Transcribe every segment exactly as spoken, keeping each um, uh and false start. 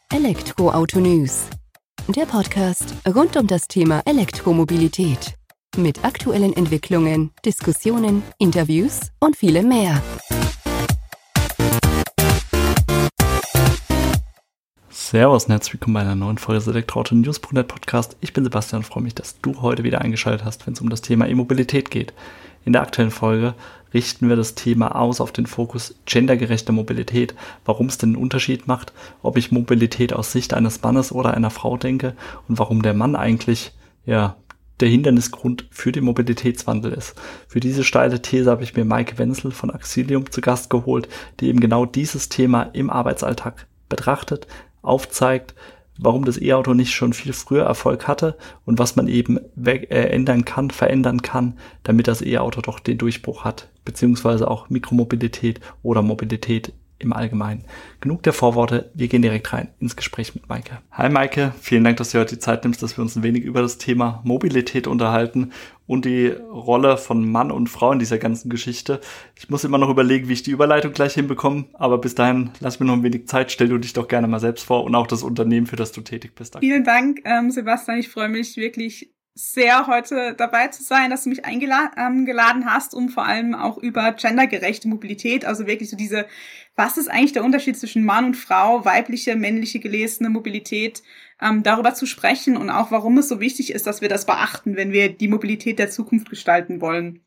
Elektroauto News, der Podcast rund um das Thema Elektromobilität. Mit aktuellen Entwicklungen, Diskussionen, Interviews und vielem mehr. Servus und herzlich willkommen bei einer neuen Folge des Elektroauto News Punkt net Podcast. Ich bin Sebastian und freue mich, dass du heute wieder eingeschaltet hast, wenn es um das Thema E-Mobilität geht. In der aktuellen Folge richten wir das Thema aus auf den Fokus gendergerechte Mobilität, warum es denn einen Unterschied macht, ob ich Mobilität aus Sicht eines Mannes oder einer Frau denke und warum der Mann eigentlich ja der Hindernisgrund für den Mobilitätswandel ist. Für diese steile These habe ich mir Maike Wenzel von Axilium zu Gast geholt, die eben genau dieses Thema im Arbeitsalltag betrachtet, aufzeigt, warum das E-Auto nicht schon viel früher Erfolg hatte und was man eben weg, äh, ändern kann, verändern kann, damit das E-Auto doch den Durchbruch hat, beziehungsweise auch Mikromobilität oder Mobilität im Allgemeinen. Genug der Vorworte, wir gehen direkt rein ins Gespräch mit Maike. Hi Maike, vielen Dank, dass du heute die Zeit nimmst, dass wir uns ein wenig über das Thema Mobilität unterhalten und die Rolle von Mann und Frau in dieser ganzen Geschichte. Ich muss immer noch überlegen, wie ich die Überleitung gleich hinbekomme, aber bis dahin lass mir noch ein wenig Zeit, stell du dich doch gerne mal selbst vor und auch das Unternehmen, für das du tätig bist. Vielen Dank, ähm, Sebastian, ich freue mich wirklich sehr, heute dabei zu sein, dass du mich eingeladen ähm, hast, um vor allem auch über gendergerechte Mobilität, also wirklich so diese, was ist eigentlich der Unterschied zwischen Mann und Frau, weibliche, männliche, gelesene Mobilität, ähm, darüber zu sprechen und auch, warum es so wichtig ist, dass wir das beachten, wenn wir die Mobilität der Zukunft gestalten wollen.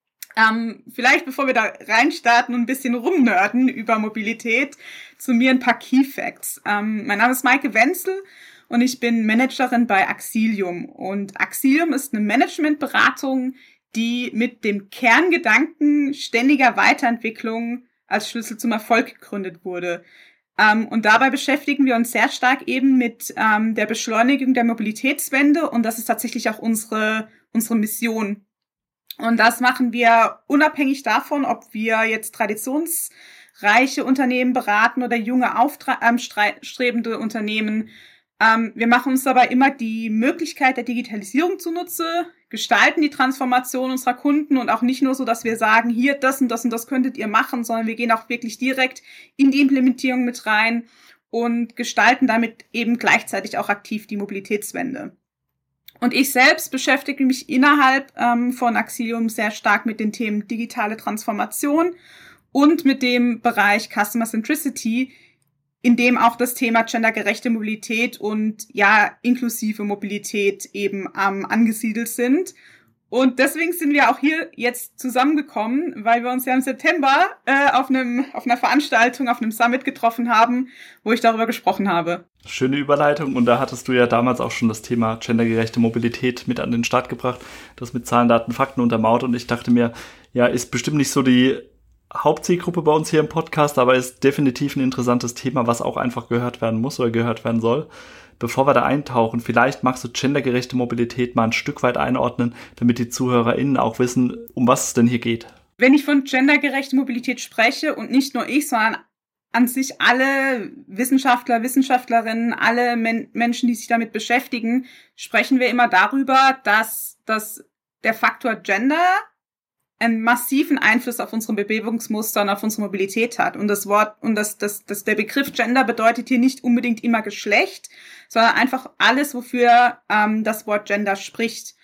Ähm, vielleicht, bevor wir da reinstarten und ein bisschen rumnörden über Mobilität, zu mir ein paar Key Facts. Ähm, mein Name ist Maike Wenzel und ich bin Managerin bei Axilium. Und Axilium ist eine Managementberatung, die mit dem Kerngedanken ständiger Weiterentwicklung als Schlüssel zum Erfolg gegründet wurde. Ähm, und dabei beschäftigen wir uns sehr stark eben mit ähm, der Beschleunigung der Mobilitätswende. Und das ist tatsächlich auch unsere, unsere Mission. Und das machen wir unabhängig davon, ob wir jetzt traditionsreiche Unternehmen beraten oder junge, aufstrebende Unternehmen. Ähm, wir machen uns dabei immer die Möglichkeit der Digitalisierung zunutze, gestalten die Transformation unserer Kunden und auch nicht nur so, dass wir sagen, hier, das und das und das könntet ihr machen, sondern wir gehen auch wirklich direkt in die Implementierung mit rein und gestalten damit eben gleichzeitig auch aktiv die Mobilitätswende. Und ich selbst beschäftige mich innerhalb ähm, von Axilium sehr stark mit den Themen digitale Transformation und mit dem Bereich Customer Centricity, in dem auch das Thema gendergerechte Mobilität und ja inklusive Mobilität eben ähm, angesiedelt sind. Und deswegen sind wir auch hier jetzt zusammengekommen, weil wir uns ja im September äh, auf einem auf einer Veranstaltung, auf einem Summit getroffen haben, wo ich darüber gesprochen habe. Schöne Überleitung, und da hattest du ja damals auch schon das Thema gendergerechte Mobilität mit an den Start gebracht, das mit Zahlen, Daten, Fakten untermauert, und ich dachte mir, ja, ist bestimmt nicht so die Hauptzielgruppe bei uns hier im Podcast, aber ist definitiv ein interessantes Thema, was auch einfach gehört werden muss oder gehört werden soll. Bevor wir da eintauchen, vielleicht magst du gendergerechte Mobilität mal ein Stück weit einordnen, damit die ZuhörerInnen auch wissen, um was es denn hier geht. Wenn ich von gendergerechter Mobilität spreche, und nicht nur ich, sondern an sich alle Wissenschaftler, Wissenschaftlerinnen, alle Men- Menschen, die sich damit beschäftigen, sprechen wir immer darüber, dass, dass der Faktor Gender einen massiven Einfluss auf unsere Bewegungsmuster und auf unsere Mobilität hat. Und das Wort, und das, das, das, der Begriff Gender bedeutet hier nicht unbedingt immer Geschlecht, sondern einfach alles, wofür ähm, das Wort Gender spricht.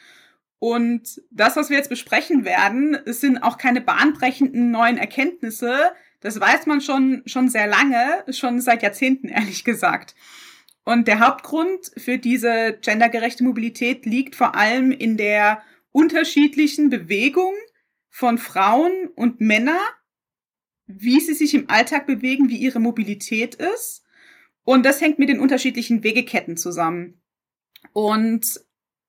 Und das, was wir jetzt besprechen werden, es sind auch keine bahnbrechenden neuen Erkenntnisse. Das weiß man schon, schon sehr lange, schon seit Jahrzehnten, ehrlich gesagt. Und der Hauptgrund für diese gendergerechte Mobilität liegt vor allem in der unterschiedlichen Bewegung von Frauen und Männern, wie sie sich im Alltag bewegen, wie ihre Mobilität ist. Und das hängt mit den unterschiedlichen Wegeketten zusammen. Und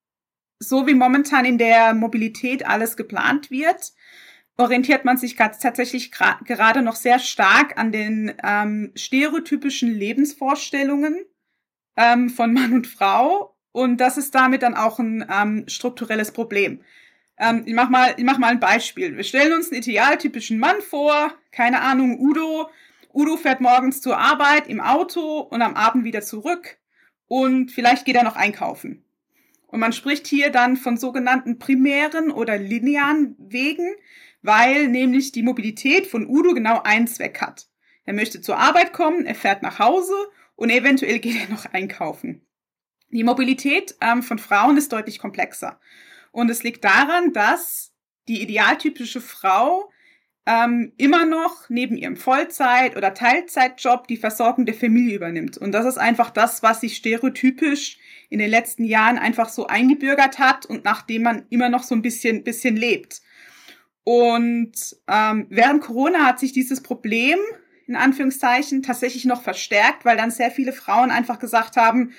so wie momentan in der Mobilität alles geplant wird, orientiert man sich tatsächlich gra- gerade noch sehr stark an den ähm, stereotypischen Lebensvorstellungen ähm, von Mann und Frau. Und das ist damit dann auch ein ähm, strukturelles Problem. Ähm, ich mach mal, ich mach mal ein Beispiel. Wir stellen uns einen idealtypischen Mann vor, keine Ahnung, Udo. Udo fährt morgens zur Arbeit im Auto und am Abend wieder zurück und vielleicht geht er noch einkaufen. Und man spricht hier dann von sogenannten primären oder linearen Wegen, weil nämlich die Mobilität von Udo genau einen Zweck hat. Er möchte zur Arbeit kommen, er fährt nach Hause und eventuell geht er noch einkaufen. Die Mobilität ähm, von Frauen ist deutlich komplexer. Und es liegt daran, dass die idealtypische Frau ähm, immer noch neben ihrem Vollzeit- oder Teilzeitjob die Versorgung der Familie übernimmt. Und das ist einfach das, was sich stereotypisch in den letzten Jahren einfach so eingebürgert hat und nachdem man immer noch so ein bisschen, bisschen lebt. Und ähm, während Corona hat sich dieses Problem, in Anführungszeichen, tatsächlich noch verstärkt, weil dann sehr viele Frauen einfach gesagt haben,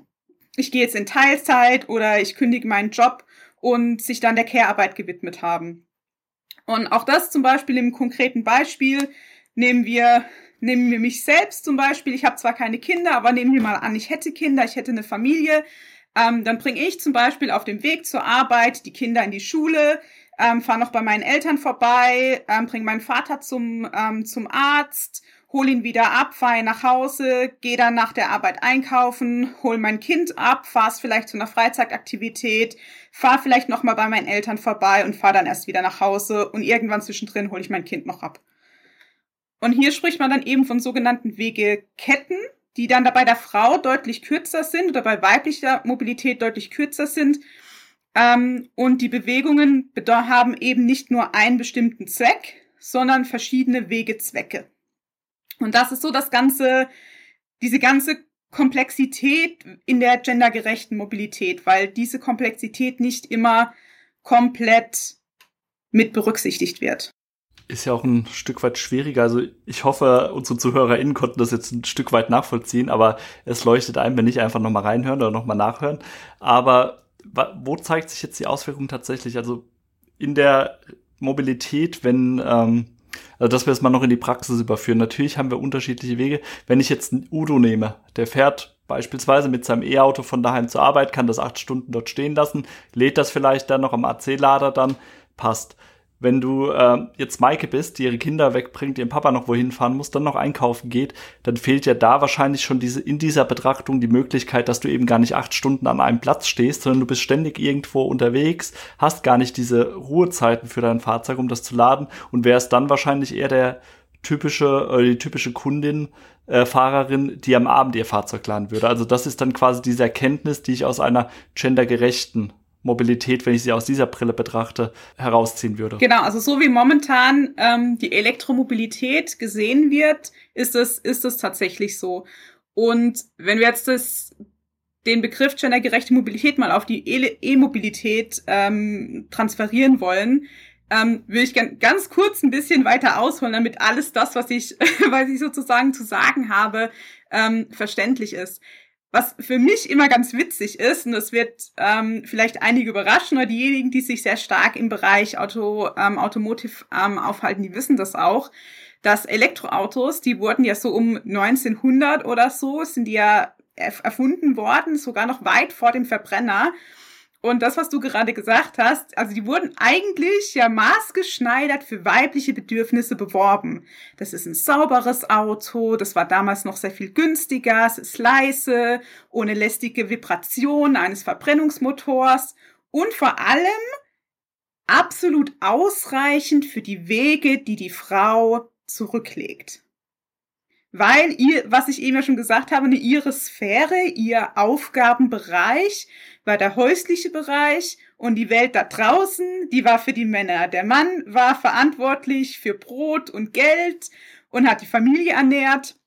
ich gehe jetzt in Teilzeit oder ich kündige meinen Job und sich dann der Care-Arbeit gewidmet haben. Und auch das zum Beispiel im konkreten Beispiel nehmen wir, nehmen wir mich selbst zum Beispiel. Ich habe zwar keine Kinder, aber nehmen wir mal an, ich hätte Kinder, ich hätte eine Familie. Ähm, dann bringe ich zum Beispiel auf dem Weg zur Arbeit die Kinder in die Schule, ähm, fahre noch bei meinen Eltern vorbei, ähm, bringe meinen Vater zum, ähm, zum Arzt, hol ihn wieder ab, fahre nach Hause, gehe dann nach der Arbeit einkaufen, hol mein Kind ab, fahre es vielleicht zu einer Freizeitaktivität, fahre vielleicht noch mal bei meinen Eltern vorbei und fahre dann erst wieder nach Hause und irgendwann zwischendrin hole ich mein Kind noch ab. Und hier spricht man dann eben von sogenannten Wegeketten, die dann bei der Frau deutlich kürzer sind oder bei weiblicher Mobilität deutlich kürzer sind. Ähm, und die Bewegungen haben eben nicht nur einen bestimmten Zweck, sondern verschiedene Wegezwecke. Und das ist so das ganze, diese ganze Komplexität in der gendergerechten Mobilität, weil diese Komplexität nicht immer komplett mit berücksichtigt wird. Ist ja auch ein Stück weit schwieriger. Also ich hoffe, unsere ZuhörerInnen konnten das jetzt ein Stück weit nachvollziehen, aber es leuchtet einem, wenn nicht einfach nochmal reinhören oder nochmal nachhören. Aber wo zeigt sich jetzt die Auswirkung tatsächlich? Also in der Mobilität, wenn ähm, also dass wir es mal noch in die Praxis überführen. Natürlich haben wir unterschiedliche Wege. Wenn ich jetzt einen Udo nehme, der fährt beispielsweise mit seinem E-Auto von daheim zur Arbeit, kann das acht Stunden dort stehen lassen, lädt das vielleicht dann noch am A C-Lader, dann passt. Wenn du äh, jetzt Maike bist, die ihre Kinder wegbringt, ihren Papa noch wohin fahren muss, dann noch einkaufen geht, dann fehlt ja da wahrscheinlich schon diese in dieser Betrachtung die Möglichkeit, dass du eben gar nicht acht Stunden an einem Platz stehst, sondern du bist ständig irgendwo unterwegs, hast gar nicht diese Ruhezeiten für dein Fahrzeug, um das zu laden und wärst dann wahrscheinlich eher der typische, äh, die typische Kundin, äh, Fahrerin, die am Abend ihr Fahrzeug laden würde. Also das ist dann quasi diese Erkenntnis, die ich aus einer gendergerechten Mobilität, wenn ich sie aus dieser Brille betrachte, herausziehen würde. Genau, also so wie momentan ähm, die Elektromobilität gesehen wird, ist es ist es tatsächlich so. Und wenn wir jetzt das, den Begriff gendergerechte Mobilität mal auf die E- E-Mobilität ähm, transferieren wollen, ähm, will ich g- ganz kurz ein bisschen weiter ausholen, damit alles das, was ich, was ich sozusagen zu sagen habe, ähm, verständlich ist. Was für mich immer ganz witzig ist, und das wird ähm, vielleicht einige überraschen, oder diejenigen, die sich sehr stark im Bereich Auto, ähm, Automotive ähm, aufhalten, die wissen das auch, dass Elektroautos, die wurden ja so um neunzehnhundert oder so, sind die ja erf- erfunden worden, sogar noch weit vor dem Verbrenner. Und das, was du gerade gesagt hast, also die wurden eigentlich ja maßgeschneidert für weibliche Bedürfnisse beworben. Das ist ein sauberes Auto, das war damals noch sehr viel günstiger, es ist leise, ohne lästige Vibration eines Verbrennungsmotors und vor allem absolut ausreichend für die Wege, die die Frau zurücklegt. Weil ihr, was ich eben ja schon gesagt habe, ihre Sphäre, ihr Aufgabenbereich war der häusliche Bereich und die Welt da draußen, die war für die Männer. Der Mann war verantwortlich für Brot und Geld und hat die Familie ernährt.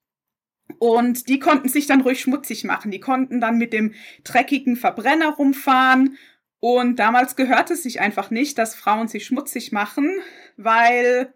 Und die konnten sich dann ruhig schmutzig machen. Die konnten dann mit dem dreckigen Verbrenner rumfahren. Und damals gehörte es sich einfach nicht, dass Frauen sich schmutzig machen, weil,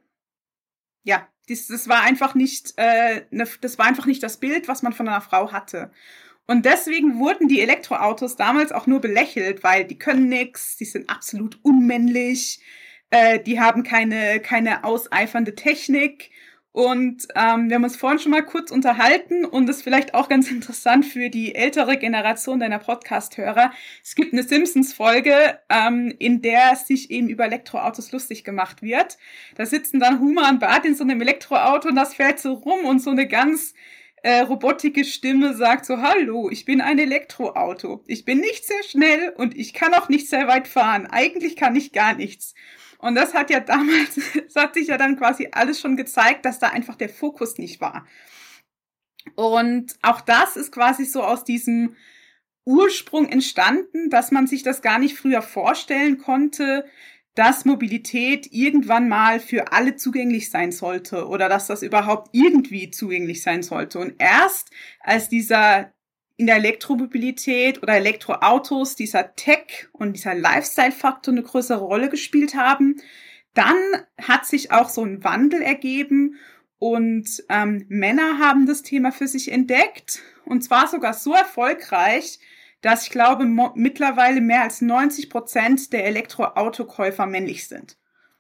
ja, Das, das war einfach nicht, äh, ne, das war einfach nicht das Bild, was man von einer Frau hatte. Und deswegen wurden die Elektroautos damals auch nur belächelt, weil die können nix, die sind absolut unmännlich, äh, die haben keine keine auseifernde Technik. Und ähm, wir haben uns vorhin schon mal kurz unterhalten und das ist vielleicht auch ganz interessant für die ältere Generation deiner Podcast-Hörer. Es gibt eine Simpsons-Folge, ähm, in der sich eben über Elektroautos lustig gemacht wird. Da sitzen dann Homer und Bart in so einem Elektroauto und das fährt so rum und so eine ganz äh, robotische Stimme sagt so, hallo, ich bin ein Elektroauto. Ich bin nicht sehr schnell und ich kann auch nicht sehr weit fahren. Eigentlich kann ich gar nichts. Und das hat ja damals, das hat sich ja dann quasi alles schon gezeigt, dass da einfach der Fokus nicht war. Und auch das ist quasi so aus diesem Ursprung entstanden, dass man sich das gar nicht früher vorstellen konnte, dass Mobilität irgendwann mal für alle zugänglich sein sollte oder dass das überhaupt irgendwie zugänglich sein sollte. Und erst als dieser in der Elektromobilität oder Elektroautos dieser Tech- und dieser Lifestyle-Faktor eine größere Rolle gespielt haben, dann hat sich auch so ein Wandel ergeben und ähm, Männer haben das Thema für sich entdeckt und zwar sogar so erfolgreich, dass ich glaube, mo- mittlerweile mehr als neunzig Prozent der Elektroautokäufer männlich sind.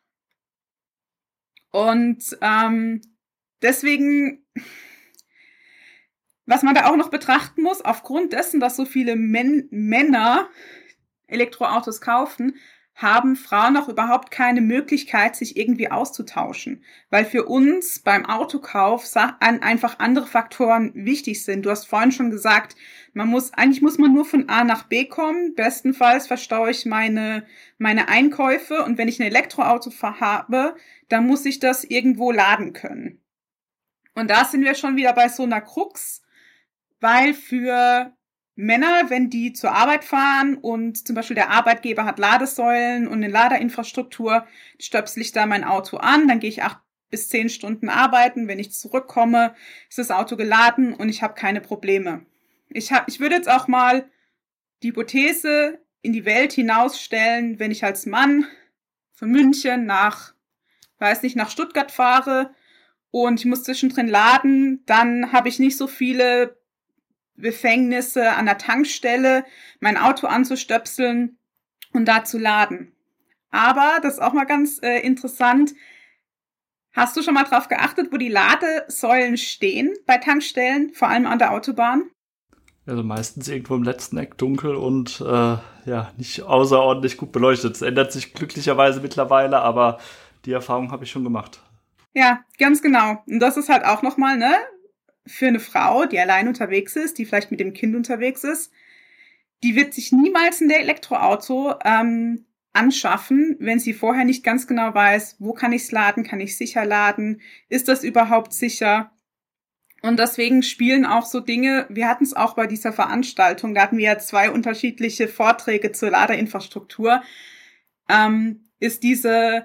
Und ähm, deswegen, was man da auch noch betrachten muss, aufgrund dessen, dass so viele Men- Männer Elektroautos kaufen, haben Frauen auch überhaupt keine Möglichkeit, sich irgendwie auszutauschen. Weil für uns beim Autokauf einfach andere Faktoren wichtig sind. Du hast vorhin schon gesagt, man muss, eigentlich muss man nur von A nach B kommen. Bestenfalls verstaue ich meine, meine Einkäufe. Und wenn ich ein Elektroauto habe, dann muss ich das irgendwo laden können. Und da sind wir schon wieder bei so einer Krux, weil für Männer, wenn die zur Arbeit fahren und zum Beispiel der Arbeitgeber hat Ladesäulen und eine Ladeinfrastruktur, stöpsel ich da mein Auto an, dann gehe ich acht bis zehn Stunden arbeiten. Wenn ich zurückkomme, ist das Auto geladen und ich habe keine Probleme. Ich, hab, ich würde jetzt auch mal die Hypothese in die Welt hinausstellen, wenn ich als Mann von München nach, weiß nicht, nach Stuttgart fahre und ich muss zwischendrin laden, dann habe ich nicht so viele Befängnisse an der Tankstelle, mein Auto anzustöpseln und da zu laden. Aber, das ist auch mal ganz äh, interessant, hast du schon mal drauf geachtet, wo die Ladesäulen stehen bei Tankstellen, vor allem an der Autobahn? Also meistens irgendwo im letzten Eck dunkel und äh, ja, nicht außerordentlich gut beleuchtet. Es ändert sich glücklicherweise mittlerweile, aber die Erfahrung habe ich schon gemacht. Ja, ganz genau. Und das ist halt auch nochmal, ne, für eine Frau, die allein unterwegs ist, die vielleicht mit dem Kind unterwegs ist, die wird sich niemals ein Elektroauto ähm, anschaffen, wenn sie vorher nicht ganz genau weiß, wo kann ich es laden, kann ich sicher laden, ist das überhaupt sicher? Und deswegen spielen auch so Dinge, wir hatten es auch bei dieser Veranstaltung, da hatten wir ja zwei unterschiedliche Vorträge zur Ladeinfrastruktur, ähm, ist diese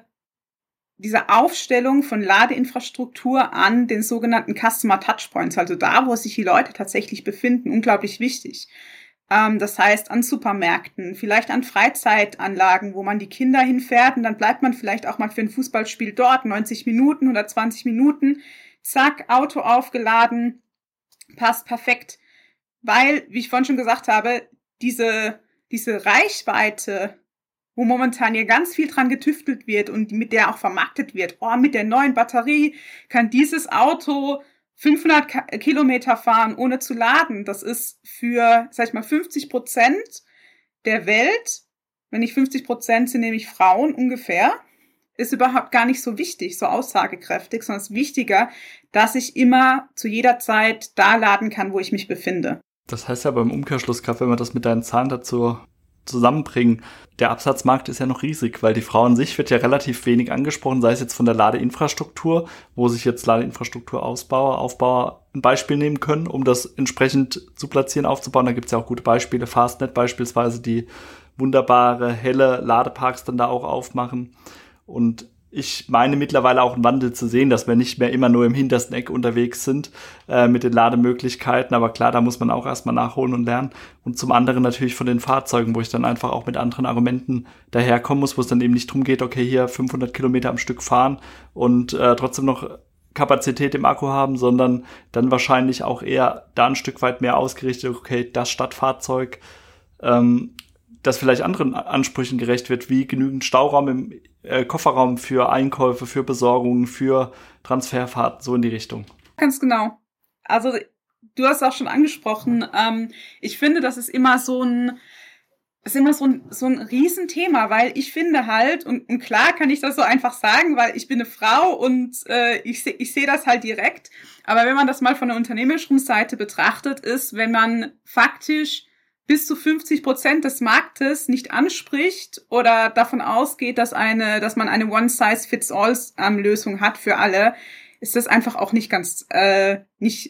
diese Aufstellung von Ladeinfrastruktur an den sogenannten Customer Touchpoints, also da, wo sich die Leute tatsächlich befinden, unglaublich wichtig. Ähm, das heißt, an Supermärkten, vielleicht an Freizeitanlagen, wo man die Kinder hinfährt und dann bleibt man vielleicht auch mal für ein Fußballspiel dort, neunzig Minuten oder zwanzig Minuten, zack, Auto aufgeladen, passt perfekt. Weil, wie ich vorhin schon gesagt habe, diese, diese Reichweite, wo momentan hier ganz viel dran getüftelt wird und mit der auch vermarktet wird. Oh, mit der neuen Batterie kann dieses Auto fünfhundert Kilometer fahren, ohne zu laden. Das ist für, sag ich mal, fünfzig Prozent der Welt, wenn nicht fünfzig Prozent sind nämlich Frauen ungefähr, ist überhaupt gar nicht so wichtig, so aussagekräftig, sondern es ist wichtiger, dass ich immer zu jeder Zeit da laden kann, wo ich mich befinde. Das heißt ja beim Umkehrschluss, gerade wenn wir das mit deinen Zahlen dazu zusammenbringen, der Absatzmarkt ist ja noch riesig, weil die Frau an sich wird ja relativ wenig angesprochen, sei es jetzt von der Ladeinfrastruktur, wo sich jetzt Ladeinfrastrukturausbauer, Aufbauer ein Beispiel nehmen können, um das entsprechend zu platzieren, aufzubauen. Da gibt es ja auch gute Beispiele, Fastnet beispielsweise, die wunderbare, helle Ladeparks dann da auch aufmachen. Und ich meine mittlerweile auch einen Wandel zu sehen, dass wir nicht mehr immer nur im hintersten Eck unterwegs sind äh, mit den Lademöglichkeiten. Aber klar, da muss man auch erstmal nachholen und lernen. Und zum anderen natürlich von den Fahrzeugen, wo ich dann einfach auch mit anderen Argumenten daherkommen muss, wo es dann eben nicht darum geht, okay, hier fünfhundert Kilometer am Stück fahren und äh, trotzdem noch Kapazität im Akku haben, sondern dann wahrscheinlich auch eher da ein Stück weit mehr ausgerichtet, okay, das Stadtfahrzeug, ähm, das vielleicht anderen Ansprüchen gerecht wird, wie genügend Stauraum im äh, Kofferraum für Einkäufe, für Besorgungen, für Transferfahrten, so in die Richtung. Ganz genau. Also du hast auch schon angesprochen, ähm, ich finde, das ist immer so ein Das ist immer so ein, so ein Riesenthema, weil ich finde halt, und, und klar kann ich das so einfach sagen, weil ich bin eine Frau und äh, ich sehe ich seh das halt direkt, aber wenn man das mal von der unternehmerischen Seite betrachtet, ist, wenn man faktisch bis zu fünfzig Prozent des Marktes nicht anspricht oder davon ausgeht, dass eine, dass man eine One-Size-Fits-All-Lösung hat für alle, ist das einfach auch nicht ganz, äh, nicht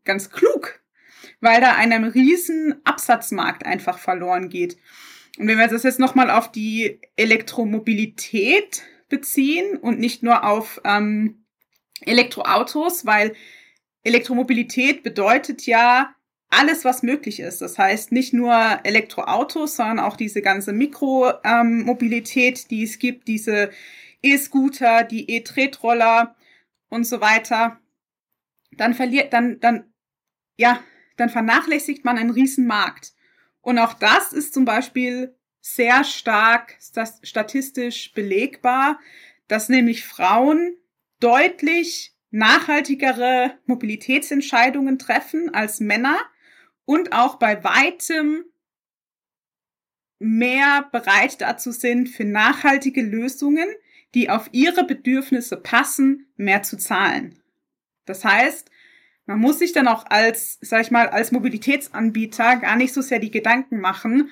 ganz klug, weil da einem riesen Absatzmarkt einfach verloren geht. Und wenn wir das jetzt nochmal auf die Elektromobilität beziehen und nicht nur auf ähm, Elektroautos, weil Elektromobilität bedeutet ja alles, was möglich ist. Das heißt nicht nur Elektroautos, sondern auch diese ganze Mikromobilität, ähm, die es gibt, diese E-Scooter, die E-Tretroller und so weiter. Dann verliert, dann, dann, ja, dann vernachlässigt man einen riesen Markt. Und auch das ist zum Beispiel sehr stark statistisch belegbar, dass nämlich Frauen deutlich nachhaltigere Mobilitätsentscheidungen treffen als Männer und auch bei weitem mehr bereit dazu sind, für nachhaltige Lösungen, die auf ihre Bedürfnisse passen, mehr zu zahlen. Das heißt, man muss sich dann auch als, sag ich mal, als Mobilitätsanbieter gar nicht so sehr die Gedanken machen,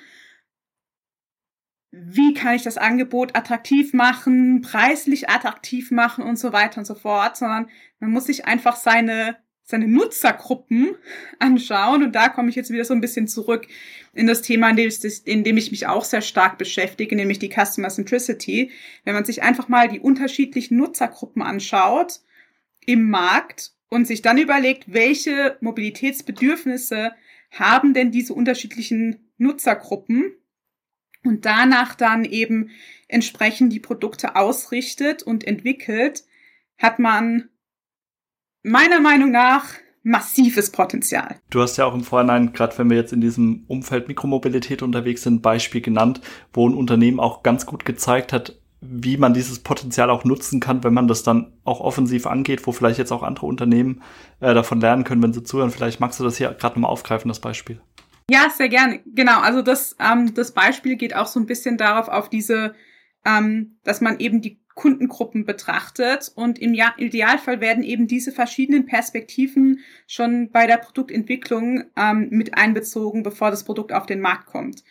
wie kann ich das Angebot attraktiv machen, preislich attraktiv machen und so weiter und so fort, sondern man muss sich einfach seine, seine Nutzergruppen anschauen. Und da komme ich jetzt wieder so ein bisschen zurück in das Thema, in dem ich, in dem ich mich auch sehr stark beschäftige, nämlich die Customer Centricity. Wenn man sich einfach mal die unterschiedlichen Nutzergruppen anschaut im Markt und sich dann überlegt, welche Mobilitätsbedürfnisse haben denn diese unterschiedlichen Nutzergruppen, und danach dann eben entsprechend die Produkte ausrichtet und entwickelt, hat man meiner Meinung nach massives Potenzial. Du hast ja auch im Vorhinein, gerade wenn wir jetzt in diesem Umfeld Mikromobilität unterwegs sind, ein Beispiel genannt, wo ein Unternehmen auch ganz gut gezeigt hat, wie man dieses Potenzial auch nutzen kann, wenn man das dann auch offensiv angeht, wo vielleicht jetzt auch andere Unternehmen äh, davon lernen können, wenn sie zuhören. Vielleicht magst du das hier gerade nochmal aufgreifen, das Beispiel. Ja, sehr gerne. Genau, also das ähm, das Beispiel geht auch so ein bisschen darauf, auf diese, ähm, dass man eben die Kundengruppen betrachtet und im ja- Idealfall werden eben diese verschiedenen Perspektiven schon bei der Produktentwicklung ähm, mit einbezogen, bevor das Produkt auf den Markt kommt.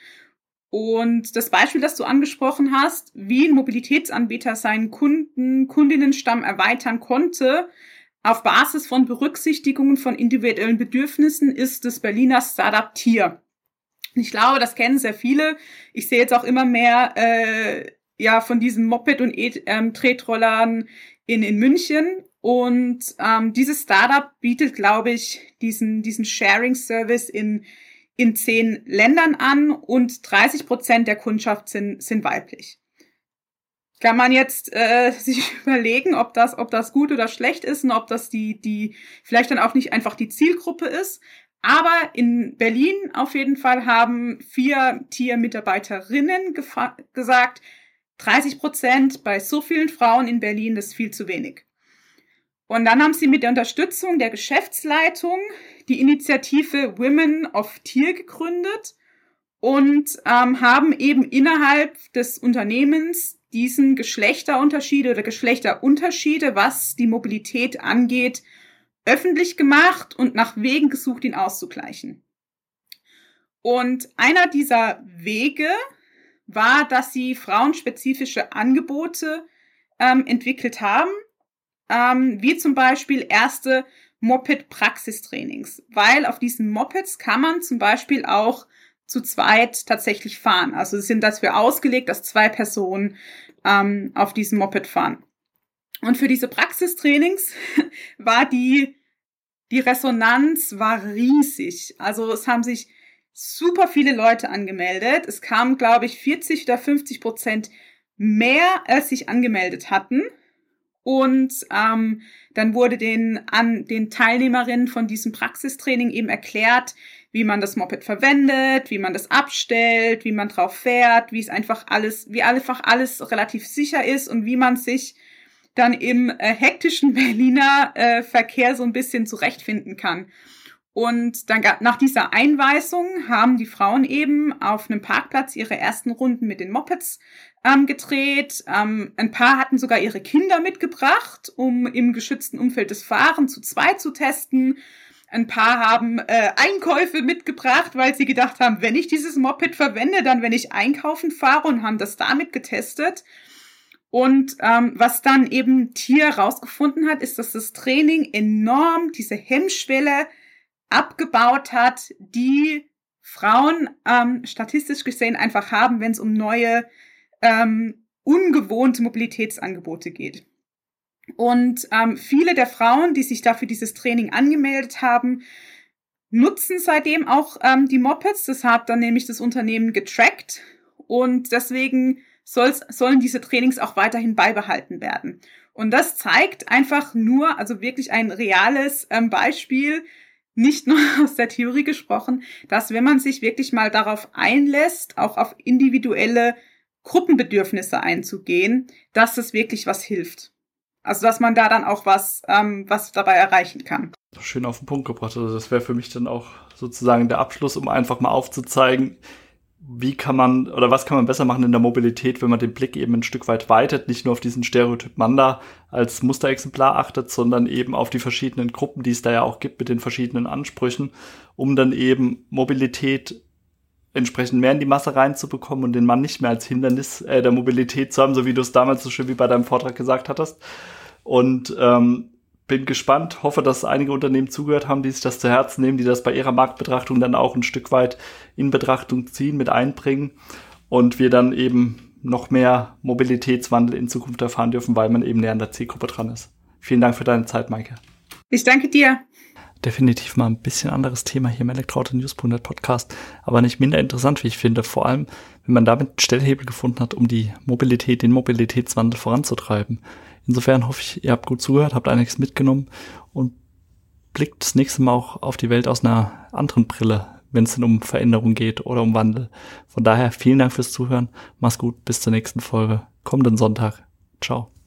Und das Beispiel, das du angesprochen hast, wie ein Mobilitätsanbieter seinen Kunden, Kundinnenstamm erweitern konnte, auf Basis von Berücksichtigungen von individuellen Bedürfnissen, ist das Berliner Startup Tier. Ich glaube, das kennen sehr viele. Ich sehe jetzt auch immer mehr äh, ja von diesen Moped- und E-Tretrollern in, in München. Und ähm, dieses Startup bietet, glaube ich, diesen, diesen Sharing-Service in, in zehn Ländern an und dreißig Prozent der Kundschaft sind, sind weiblich. Kann man jetzt äh, sich überlegen, ob das, ob das gut oder schlecht ist und ob das die, die vielleicht dann auch nicht einfach die Zielgruppe ist. Aber in Berlin auf jeden Fall haben vier Tier-Mitarbeiterinnen gefa- gesagt, dreißig Prozent bei so vielen Frauen in Berlin, das ist viel zu wenig. Und dann haben sie mit der Unterstützung der Geschäftsleitung die Initiative Women of Tier gegründet und ähm, haben eben innerhalb des Unternehmens diesen Geschlechterunterschiede oder Geschlechterunterschiede, was die Mobilität angeht, öffentlich gemacht und nach Wegen gesucht, ihn auszugleichen. Und einer dieser Wege war, dass sie frauenspezifische Angebote ähm, entwickelt haben, ähm, wie zum Beispiel erste Moped-Praxistrainings, weil auf diesen Mopeds kann man zum Beispiel auch zu zweit tatsächlich fahren. Also sie sind dafür ausgelegt, dass zwei Personen ähm, auf diesem Moped fahren. Und für diese Praxistrainings war die, die Resonanz war riesig. Also es haben sich super viele Leute angemeldet. Es kamen, glaube ich, vierzig oder fünfzig Prozent mehr, als sich angemeldet hatten. Und ähm, dann wurde den, an, den Teilnehmerinnen von diesem Praxistraining eben erklärt, wie man das Moped verwendet, wie man das abstellt, wie man drauf fährt, wie es einfach alles, wie einfach alles relativ sicher ist und wie man sich dann im äh, hektischen Berliner äh, Verkehr so ein bisschen zurechtfinden kann. Und dann gab, nach dieser Einweisung haben die Frauen eben auf einem Parkplatz ihre ersten Runden mit den Mopeds ähm, gedreht. Ähm, ein paar hatten sogar ihre Kinder mitgebracht, um im geschützten Umfeld des Fahren zu zweit zu testen. Ein paar haben äh, Einkäufe mitgebracht, weil sie gedacht haben, wenn ich dieses Moped verwende, dann wenn ich einkaufen fahre, und haben das damit getestet. Und ähm, was dann eben Tier rausgefunden hat, ist, dass das Training enorm diese Hemmschwelle abgebaut hat, die Frauen ähm, statistisch gesehen einfach haben, wenn es um neue, ähm, ungewohnte Mobilitätsangebote geht. Und ähm, viele der Frauen, die sich dafür dieses Training angemeldet haben, nutzen seitdem auch ähm, die Mopeds. Das hat dann nämlich das Unternehmen getrackt und deswegen soll, sollen diese Trainings auch weiterhin beibehalten werden. Und das zeigt einfach nur, also wirklich ein reales ähm, Beispiel, nicht nur aus der Theorie gesprochen, dass wenn man sich wirklich mal darauf einlässt, auch auf individuelle Gruppenbedürfnisse einzugehen, dass das wirklich was hilft. Also dass man da dann auch was, ähm, was dabei erreichen kann. Schön auf den Punkt gebracht. Also das wäre für mich dann auch sozusagen der Abschluss, um einfach mal aufzuzeigen, wie kann man oder was kann man besser machen in der Mobilität, wenn man den Blick eben ein Stück weit weitet, nicht nur auf diesen Stereotyp Mann da als Musterexemplar achtet, sondern eben auf die verschiedenen Gruppen, die es da ja auch gibt mit den verschiedenen Ansprüchen, um dann eben Mobilität entsprechend mehr in die Masse reinzubekommen und den Mann nicht mehr als Hindernis äh, der Mobilität zu haben, so wie du es damals so schön wie bei deinem Vortrag gesagt hattest. Und ähm, bin gespannt, hoffe, dass einige Unternehmen zugehört haben, die sich das zu Herzen nehmen, die das bei ihrer Marktbetrachtung dann auch ein Stück weit in Betrachtung ziehen, mit einbringen und wir dann eben noch mehr Mobilitätswandel in Zukunft erfahren dürfen, weil man eben näher an der Zielgruppe dran ist. Vielen Dank für deine Zeit, Maike. Ich danke dir. Definitiv mal ein bisschen anderes Thema hier im Elektroauto-News Punkt net Podcast, aber nicht minder interessant, wie ich finde. Vor allem, wenn man damit Stellhebel gefunden hat, um die Mobilität, den Mobilitätswandel voranzutreiben. Insofern hoffe ich, ihr habt gut zugehört, habt einiges mitgenommen und blickt das nächste Mal auch auf die Welt aus einer anderen Brille, wenn es denn um Veränderung geht oder um Wandel. Von daher vielen Dank fürs Zuhören. Mach's gut, bis zur nächsten Folge. Kommenden Sonntag. Ciao.